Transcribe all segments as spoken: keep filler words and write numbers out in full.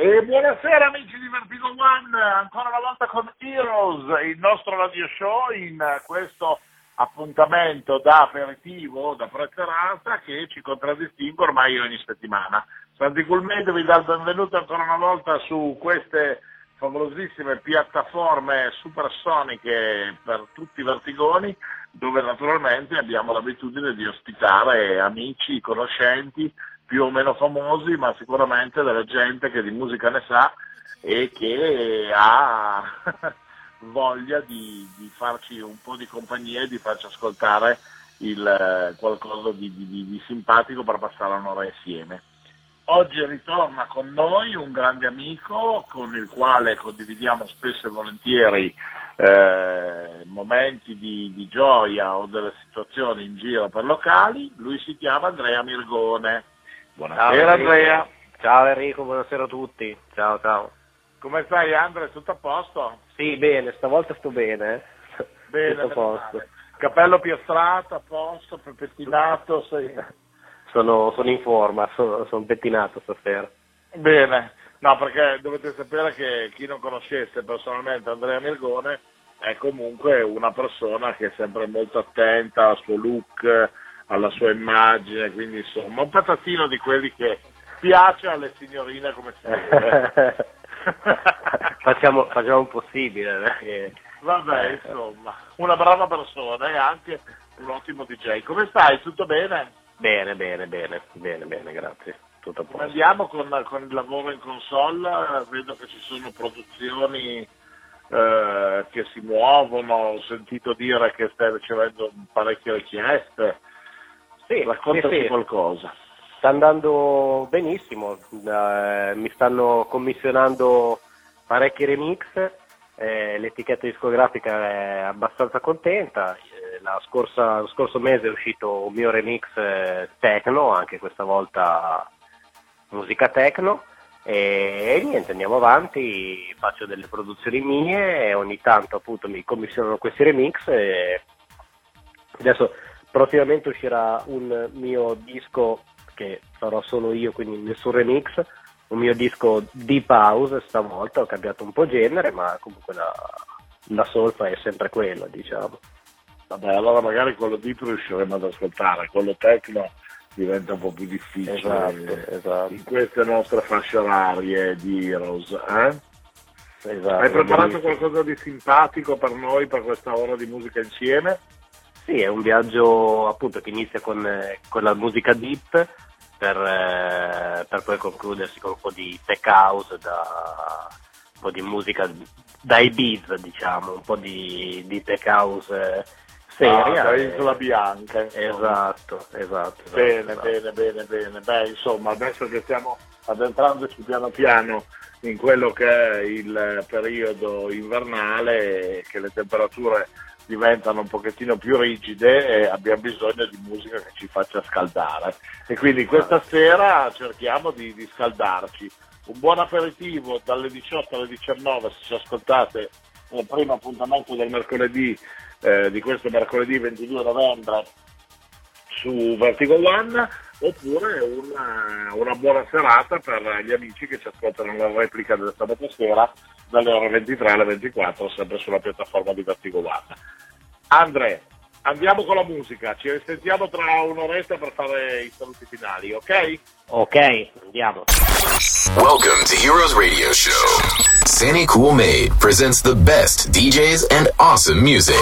E buonasera amici di Vertigo One, ancora una volta con Heroes, il nostro radio show in questo appuntamento da aperitivo, da preserata, che ci contraddistingue ormai ogni settimana. Santi Culmede vi dà il benvenuto ancora una volta su queste favolosissime piattaforme supersoniche per tutti i vertigoni, dove naturalmente abbiamo l'abitudine di ospitare amici, conoscenti, più o meno famosi, ma sicuramente della gente che di musica ne sa e che ha voglia di, di farci un po' di compagnia e di farci ascoltare il, qualcosa di, di, di simpatico per passare un'ora insieme. Oggi ritorna con noi un grande amico con il quale condividiamo spesso e volentieri eh, momenti di, di gioia o delle situazioni in giro per locali. Lui si chiama Andrea Mirgone. Buonasera. Ciao, Andrea. Ciao Enrico, buonasera a tutti. Ciao, ciao. Come stai Andrea? Tutto a posto? Sì, bene, stavolta sto bene. Eh? Bene, tutto a posto. Male. Capello piastrato, a posto, pettinato, sei... sono, sono in forma, sono, sono pettinato stasera. Bene, no, perché dovete sapere che chi non conoscesse personalmente Andrea Mirgone è comunque una persona che è sempre molto attenta al suo look, alla sua immagine, quindi insomma un patatino di quelli che piace alle signorine come si deve. facciamo, facciamo un possibile. Perché... Vabbè, insomma, una brava persona e anche un ottimo D J. Come stai? Tutto bene? Bene, bene, bene, bene, bene, grazie. Tutto a posto. Andiamo con, con il lavoro in console, vedo che ci sono produzioni eh, che si muovono, ho sentito dire che stai ricevendo parecchie richieste. Sì, raccontaci sì, sì. qualcosa. Sta andando benissimo, eh, mi stanno commissionando parecchi remix, eh, l'etichetta discografica è abbastanza contenta, eh, la scorsa, lo scorso mese è uscito un mio remix eh, techno, anche questa volta musica techno, e, e niente, andiamo avanti, faccio delle produzioni mie e ogni tanto appunto mi commissionano questi remix e adesso prossimamente uscirà un mio disco che farò solo io, quindi nessun remix, un mio disco deep house stavolta, ho cambiato un po' genere, ma comunque la, la solfa è sempre quella, diciamo. Vabbè, allora magari quello deep riusciremo ad ascoltare, quello techno diventa un po' più difficile. Esatto, esatto. In queste nostre fasce orarie di Heroes, eh? Esatto. Hai preparato qualcosa di simpatico per noi per questa ora di musica insieme? Sì, è un viaggio appunto che inizia con, con la musica deep per, eh, per poi concludersi con un po' di tech house, da, un po' di musica da Ibiza, diciamo, un po' di, di tech house eh, seria. Ah, Isola Bianca. Esatto, esatto. Bene, esatto. bene, bene, bene. Beh, insomma, adesso che stiamo addentrandoci piano piano in quello che è il periodo invernale, che le temperature diventano un pochettino più rigide e abbiamo bisogno di musica che ci faccia scaldare e quindi questa sera cerchiamo di, di scaldarci. Un buon aperitivo dalle diciotto alle diciannove se ci ascoltate il primo appuntamento del mercoledì eh, di questo mercoledì ventidue novembre su Vertigo One, oppure una, una buona serata per gli amici che ci ascoltano la replica del sabato sera dalle ore ventitré alle ventiquattro, sempre sulla piattaforma di Vertigo One. Andre, andiamo con la musica, ci risentiamo tra un'oretta per fare i saluti finali, ok? Ok, andiamo. Welcome to Heroes Radio Show. Santi Culmede presents the best D Js and awesome music.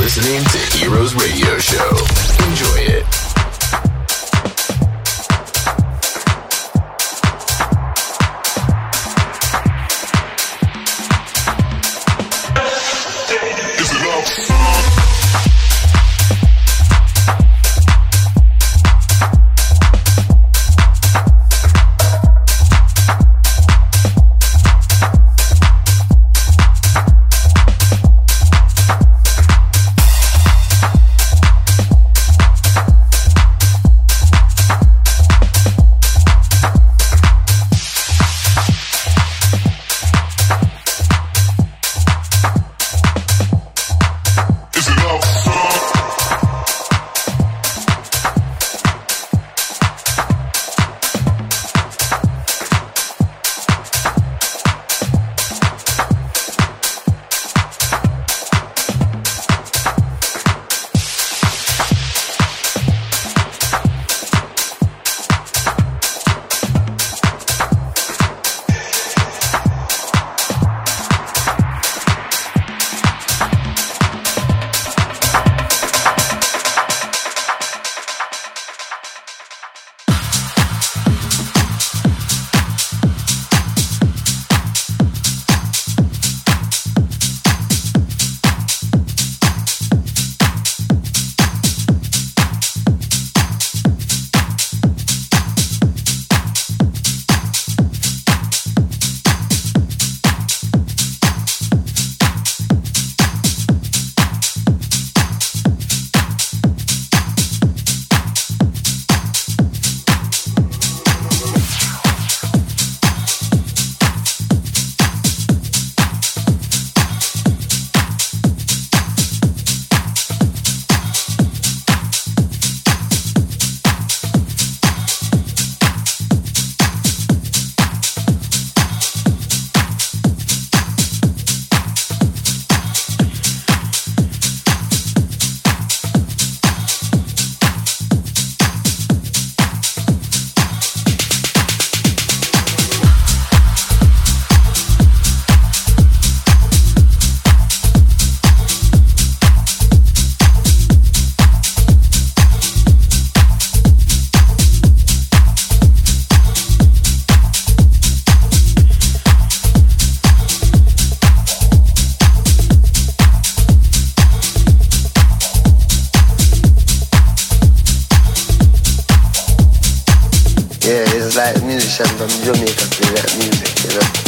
listening to Heroes Radio Show. Enjoy it. like musician from Jamaica play that music, you know.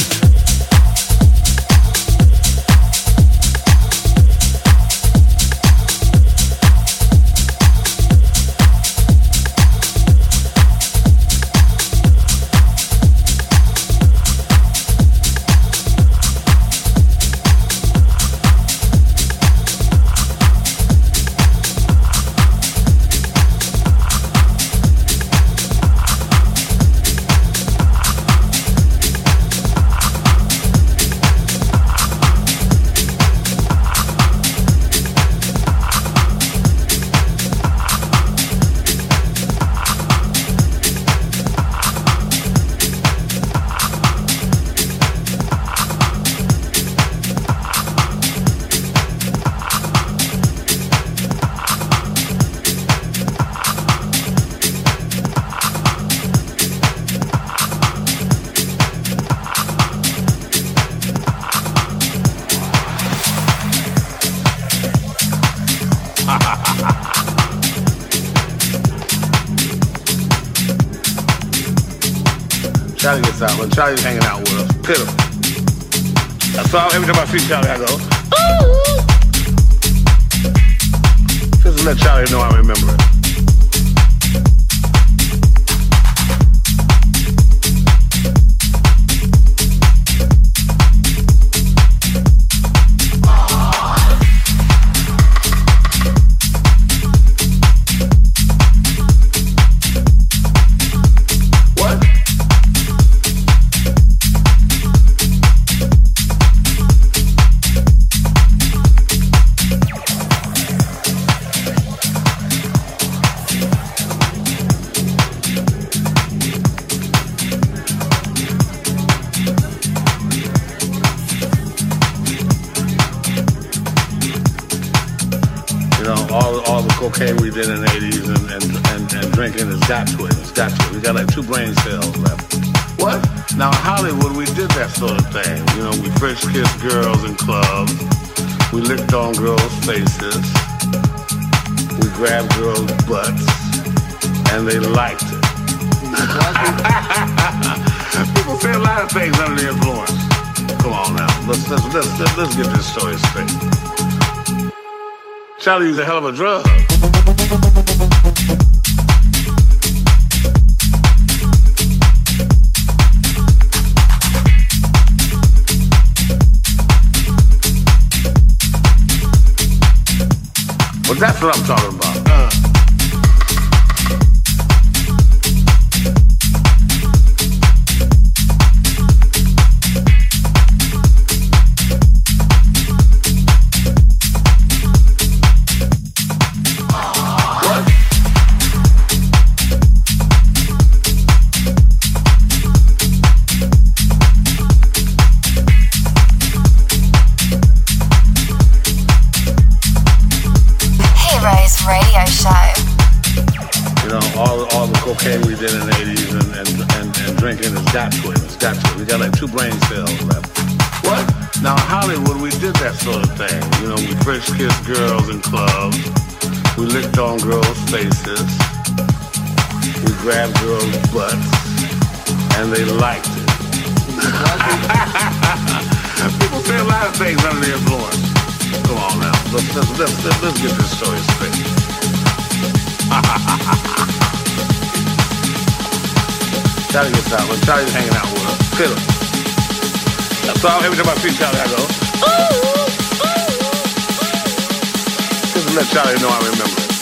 Charlie gets out, but Charlie's hanging out with us. Pitiful. That's all. Every time I see Charlie, I go, ooh. Just to let Charlie know I remember it. know, all all the cocaine we did in the eighties and, and, and, and drinking has got to it. It's got to it. We got like two brain cells left. What? Now in Hollywood we did that sort of thing. You know, we first kissed girls in clubs. We licked on girls' faces. We grabbed girls' butts. And they liked it. People say a lot of things under the influence. Come on now. Let's let's let's let's, let's get this story straight. Charlie's a hell of a drug. Well, that's what I'm talking about. Uh. Cocaine we did in the eighties and, and, and, and drinking has got to it. It's got to it. We got like two brain cells left. What? Now in Hollywood we did that sort of thing. You know, we first kissed girls in clubs. We licked on girls' faces. We grabbed girls' butts. And they liked it. People say a lot of things under the influence. Come on now. Let's, let's, let's, let's, let's get this story straight. Charlie gets out. When Charlie's hanging out with us, feel it. That's all. Every time I see Charlie, I go, ooh, ooh. Just to let Charlie know I remember it.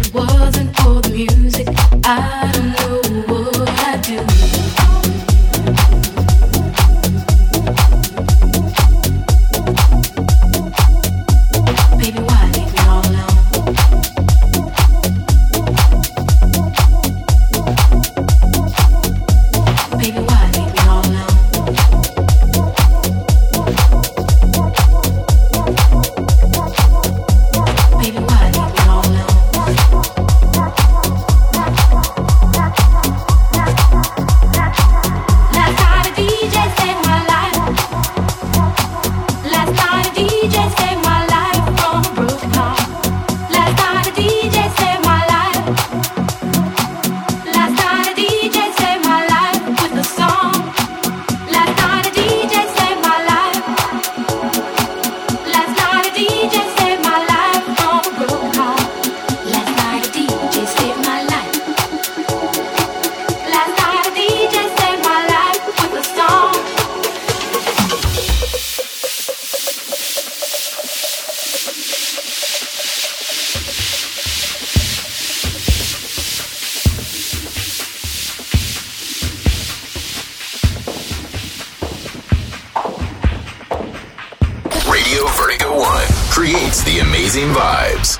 I don't know what I do. creates the amazing vibes.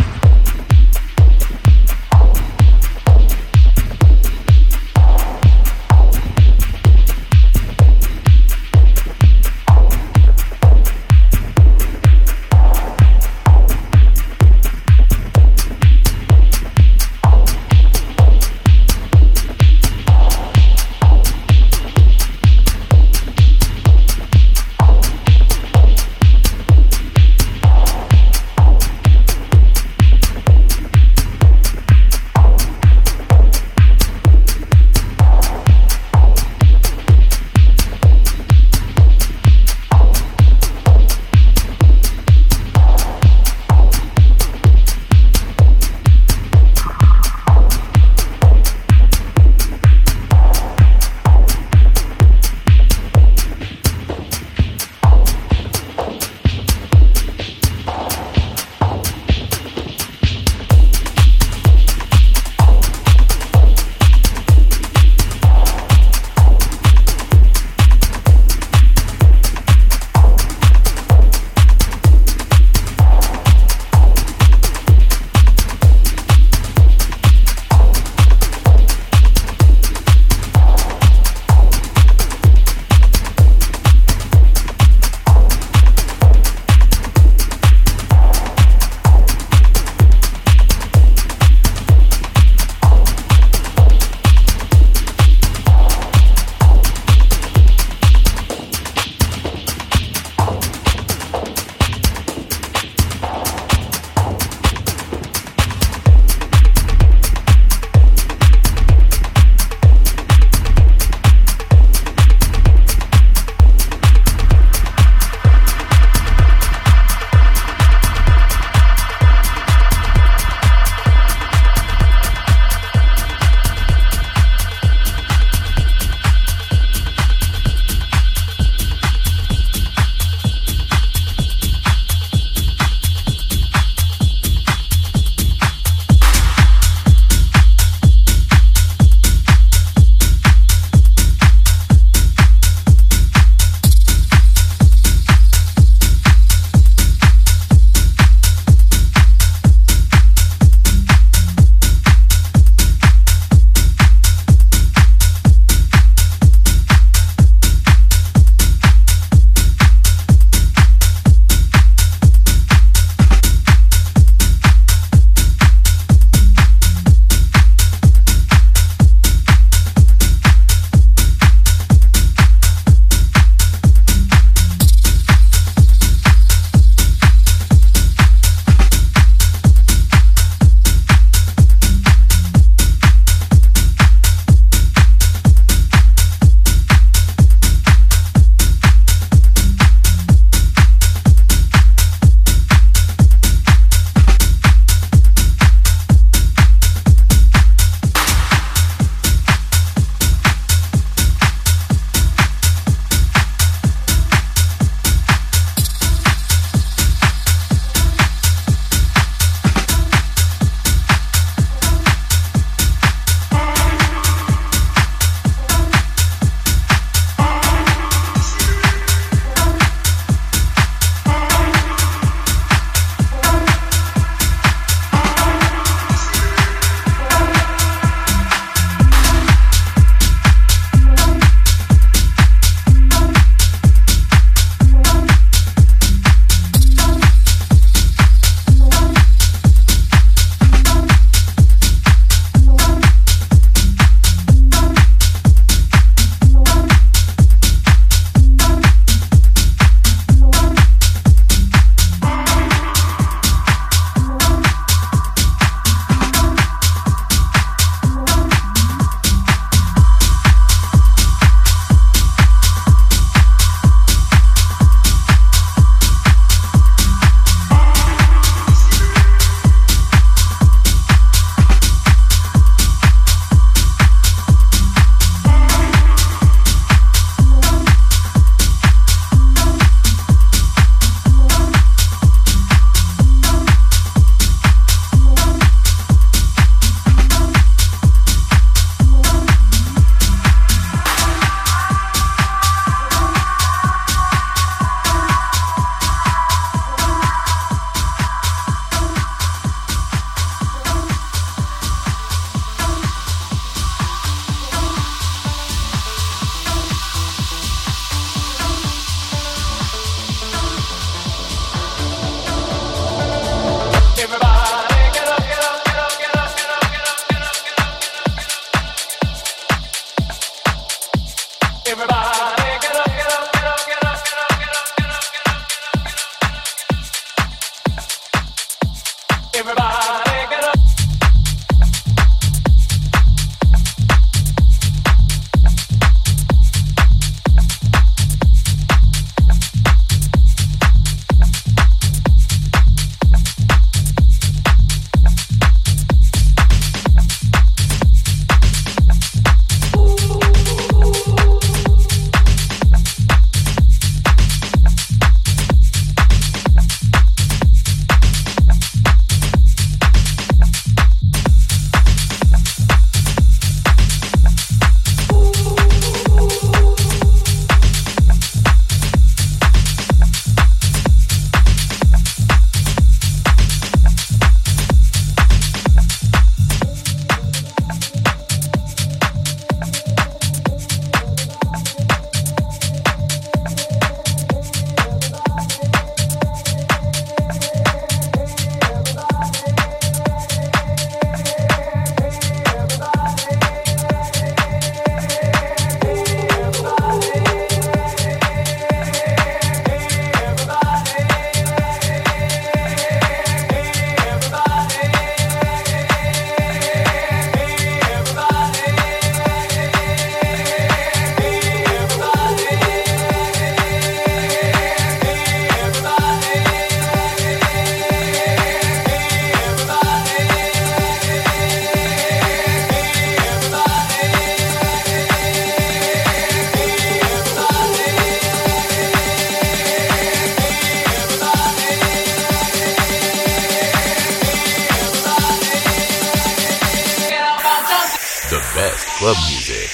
Club music.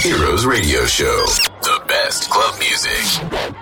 Heroes Radio Show. The best club music.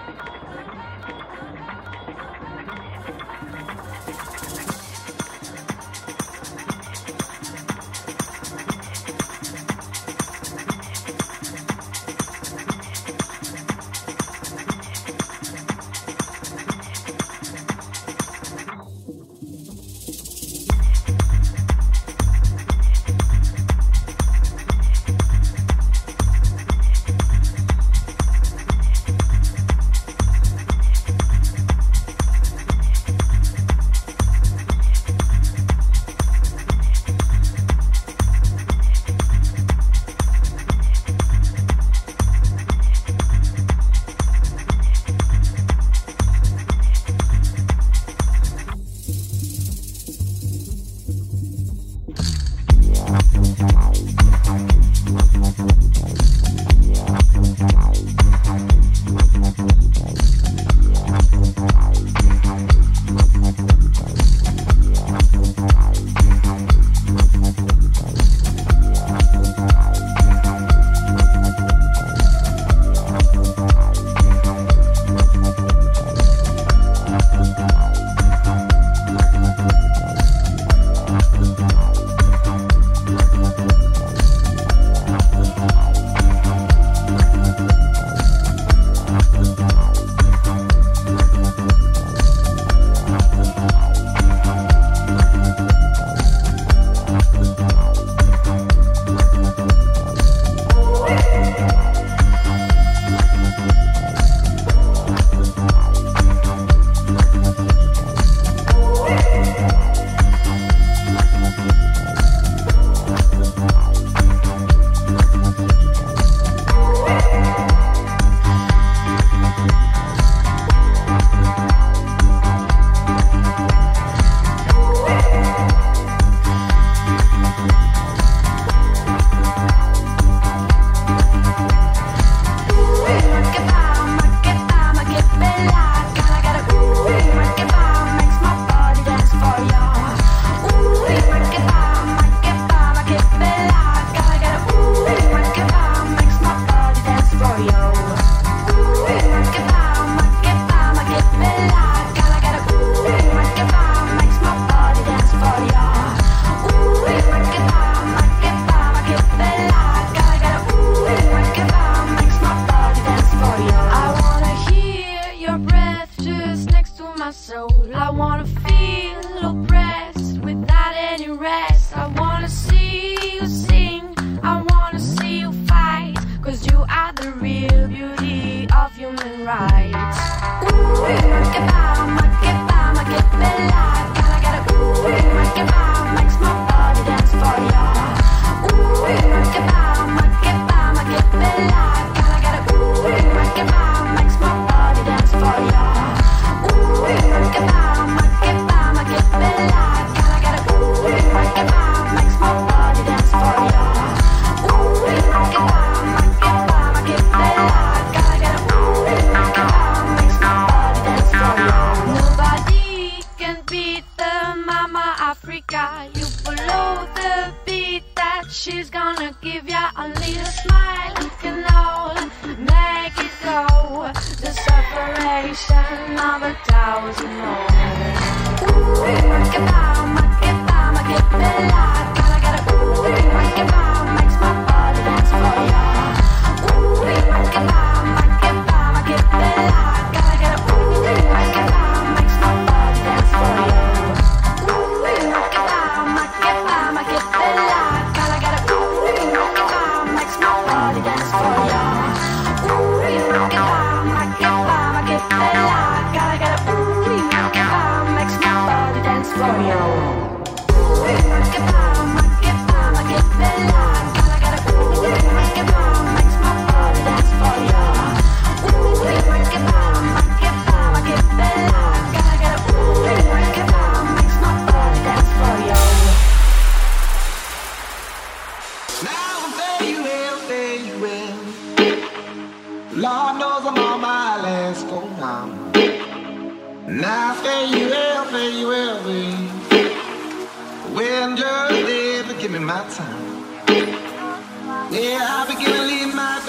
Lord knows I'm on my last go now. Now fare you well, fare you well, babe. Well, just there, but give me my time. Yeah, I begin to leave my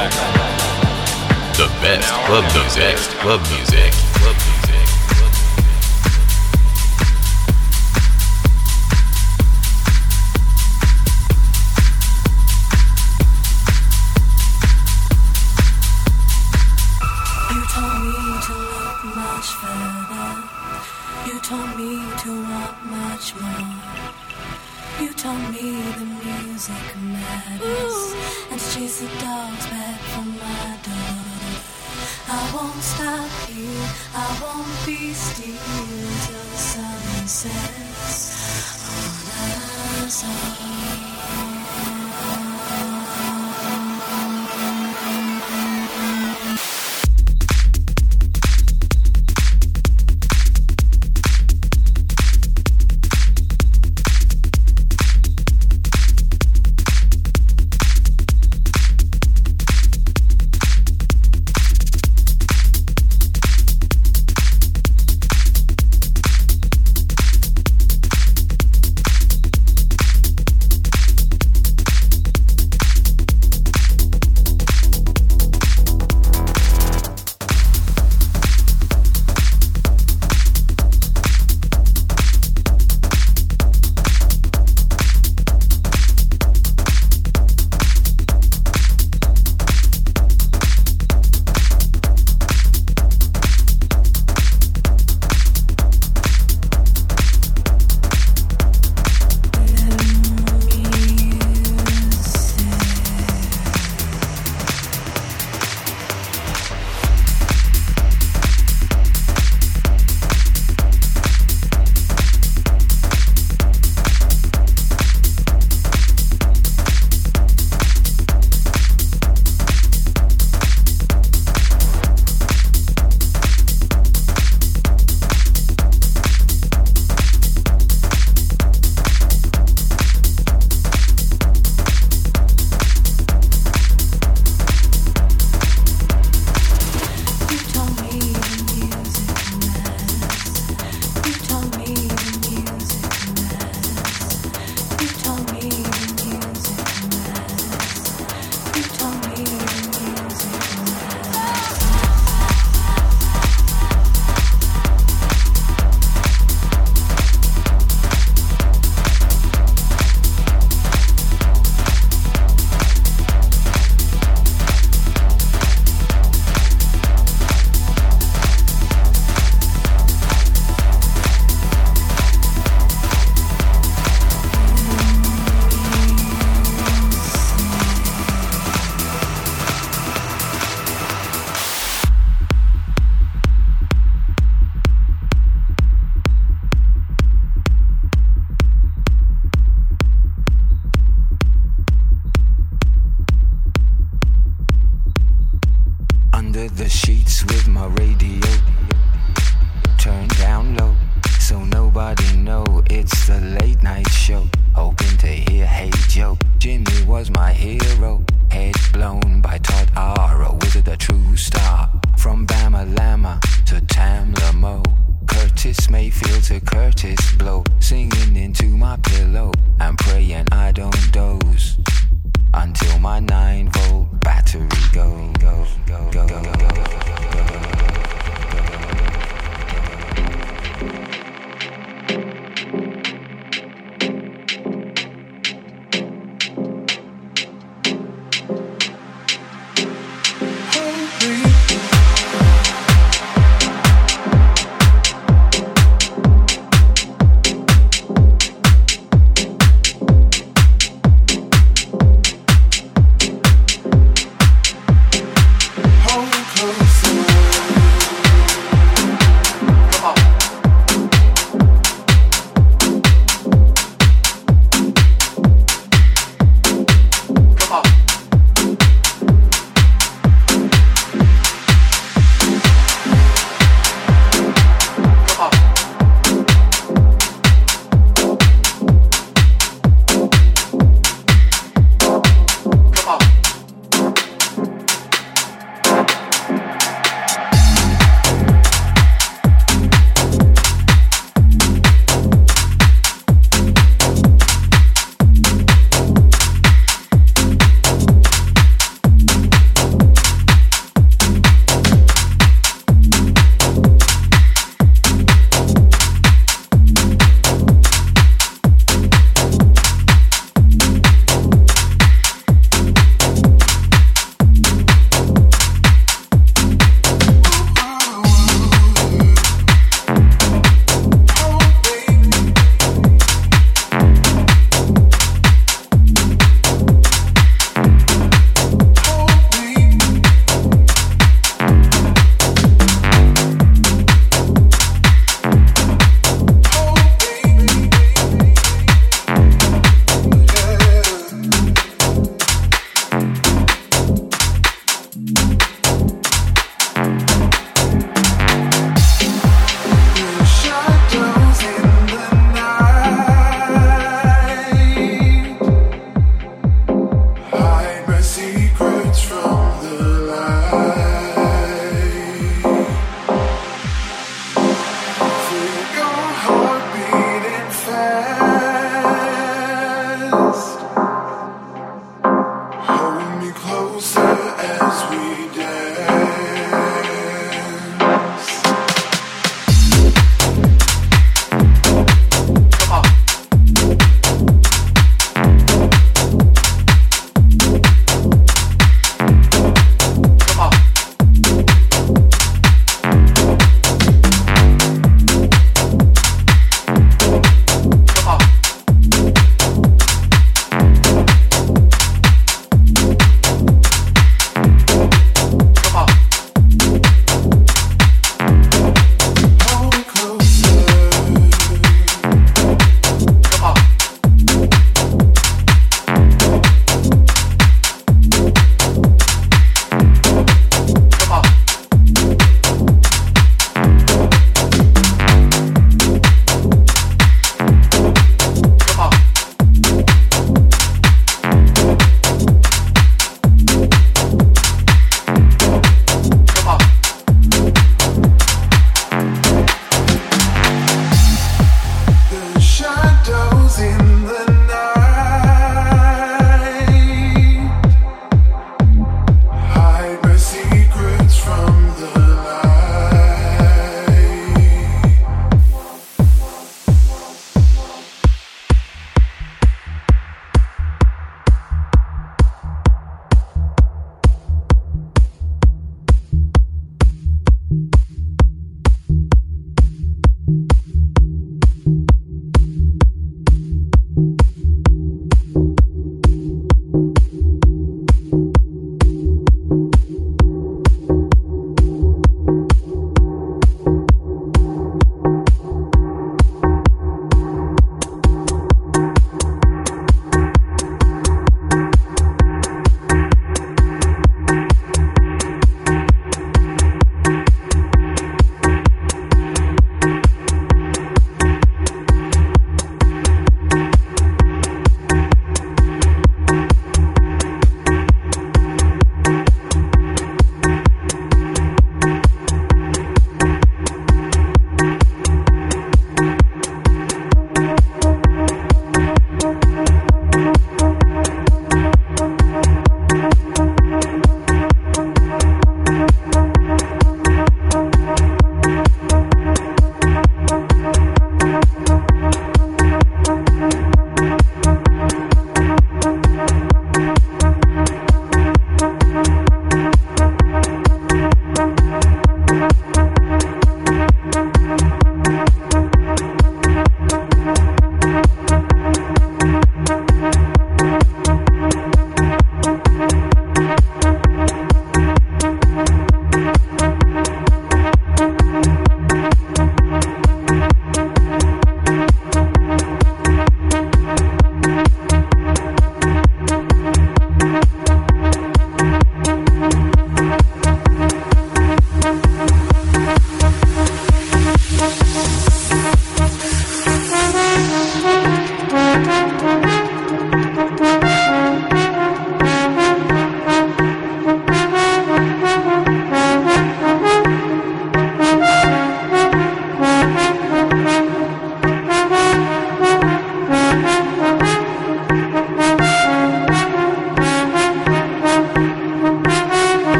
back. The best club music. Club music. Club music. You told me to look much further. You told me to want much more. You told me the music matters, and to chase the dogs back from my door. I won't stop here, I won't be still till the sun sets on us all.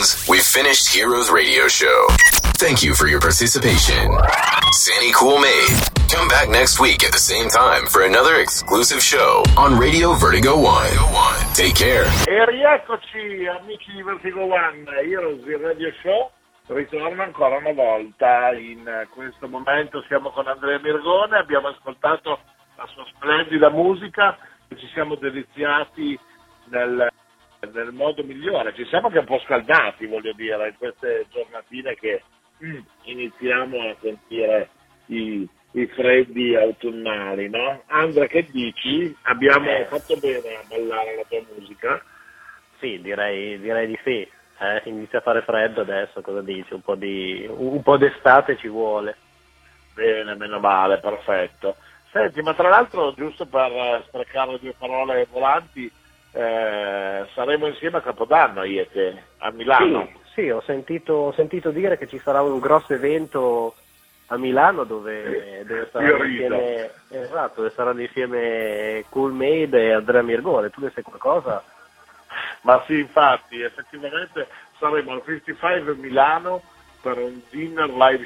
friends, we've finished Heroes Radio Show. Thank you for your participation. Sandy Cool Made. Come back next week at the same time for another exclusive show on Radio Vertigo One. Take care. E rieccoci amici di Vertigo One, Heroes Radio Show ritorna ancora una volta. In questo momento siamo con Andrea Mirgone, abbiamo ascoltato la sua splendida musica e ci siamo deliziati nel, nel modo migliore. Ci siamo anche un po' scaldati, voglio dire, in queste giornatine che mm, iniziamo a sentire i, i freddi autunnali, no? Andrea, che dici? Abbiamo eh. fatto bene a ballare la tua musica? Sì, direi, direi di sì. Eh, inizia a fare freddo adesso, cosa dici? Un po' di un po' d'estate ci vuole. Bene, meno male, perfetto. Senti, ma tra l'altro, giusto per sprecare due parole volanti, eh, saremo insieme a Capodanno io e te, a Milano. Sì, sì, ho sentito, ho sentito dire che ci sarà un grosso evento a Milano dove, dove saranno insieme, esatto, dove saranno insieme Cool Made e Andrea Mirgone. Tu ne sai qualcosa? Ma sì, infatti, effettivamente saremo al cinquantacinque Milano per un dinner live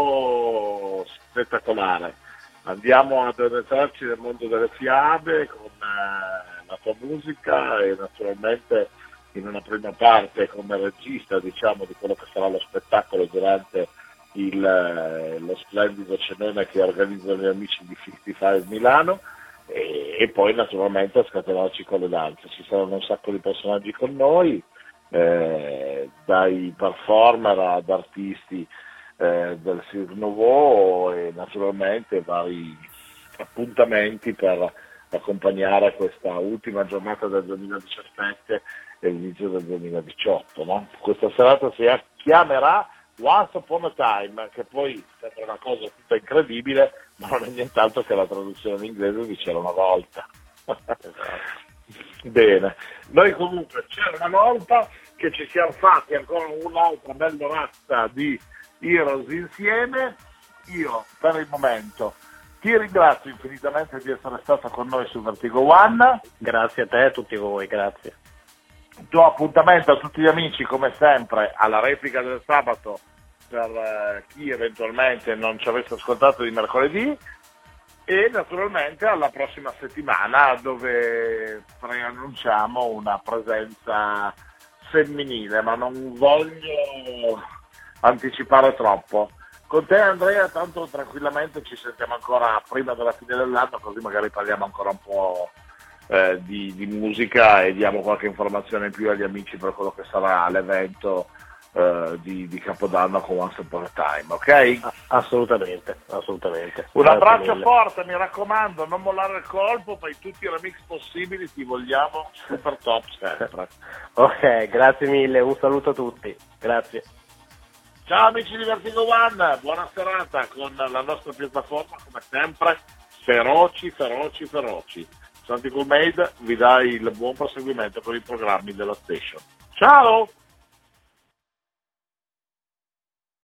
show spettacolare. Andiamo ad adentrarci nel mondo delle fiabe con eh, la tua musica e naturalmente in una prima parte come regista, diciamo, di quello che sarà lo spettacolo durante il, eh, lo splendido cenone che organizzano gli amici di cinquantacinque Milano. E, e poi naturalmente a scatenarci con le danze. Ci saranno un sacco di personaggi con noi, eh, dai performer ad artisti eh, del Cirque Nouveau e naturalmente vari appuntamenti per accompagnare questa ultima giornata del duemiladiciassette e l'inizio del duemiladiciotto, no? Questa serata si chiamerà Once Upon a Time, che poi sembra una cosa tutta incredibile, ma non è nient'altro che la traduzione in inglese di C'era una volta. Bene, noi comunque c'era una volta che ci siamo fatti ancora un'altra bella razza di Heroes insieme. Io per il momento ti ringrazio infinitamente di essere stato con noi su Vertigo One. Grazie a te e a tutti voi, grazie. Do appuntamento a tutti gli amici come sempre alla replica del sabato per eh, chi eventualmente non ci avesse ascoltato di mercoledì e naturalmente alla prossima settimana dove preannunciamo una presenza femminile, ma non voglio anticipare troppo. Con te Andrea tanto tranquillamente ci sentiamo ancora prima della fine dell'anno, così magari parliamo ancora un po' Eh, di, di musica e diamo qualche informazione in più agli amici per quello che sarà l'evento eh, di, di Capodanno con Once Upon a Time, ok? Assolutamente, assolutamente. Un abbraccio forte, mi raccomando, non mollare il colpo, fai tutti i remix possibili, ti vogliamo super top sempre. Ok, grazie mille, un saluto a tutti, grazie. Ciao amici di Vertigo One, buona serata con la nostra piattaforma come sempre, feroci, feroci, feroci. Santi Cool Made vi dà il buon proseguimento con i programmi della station. Ciao!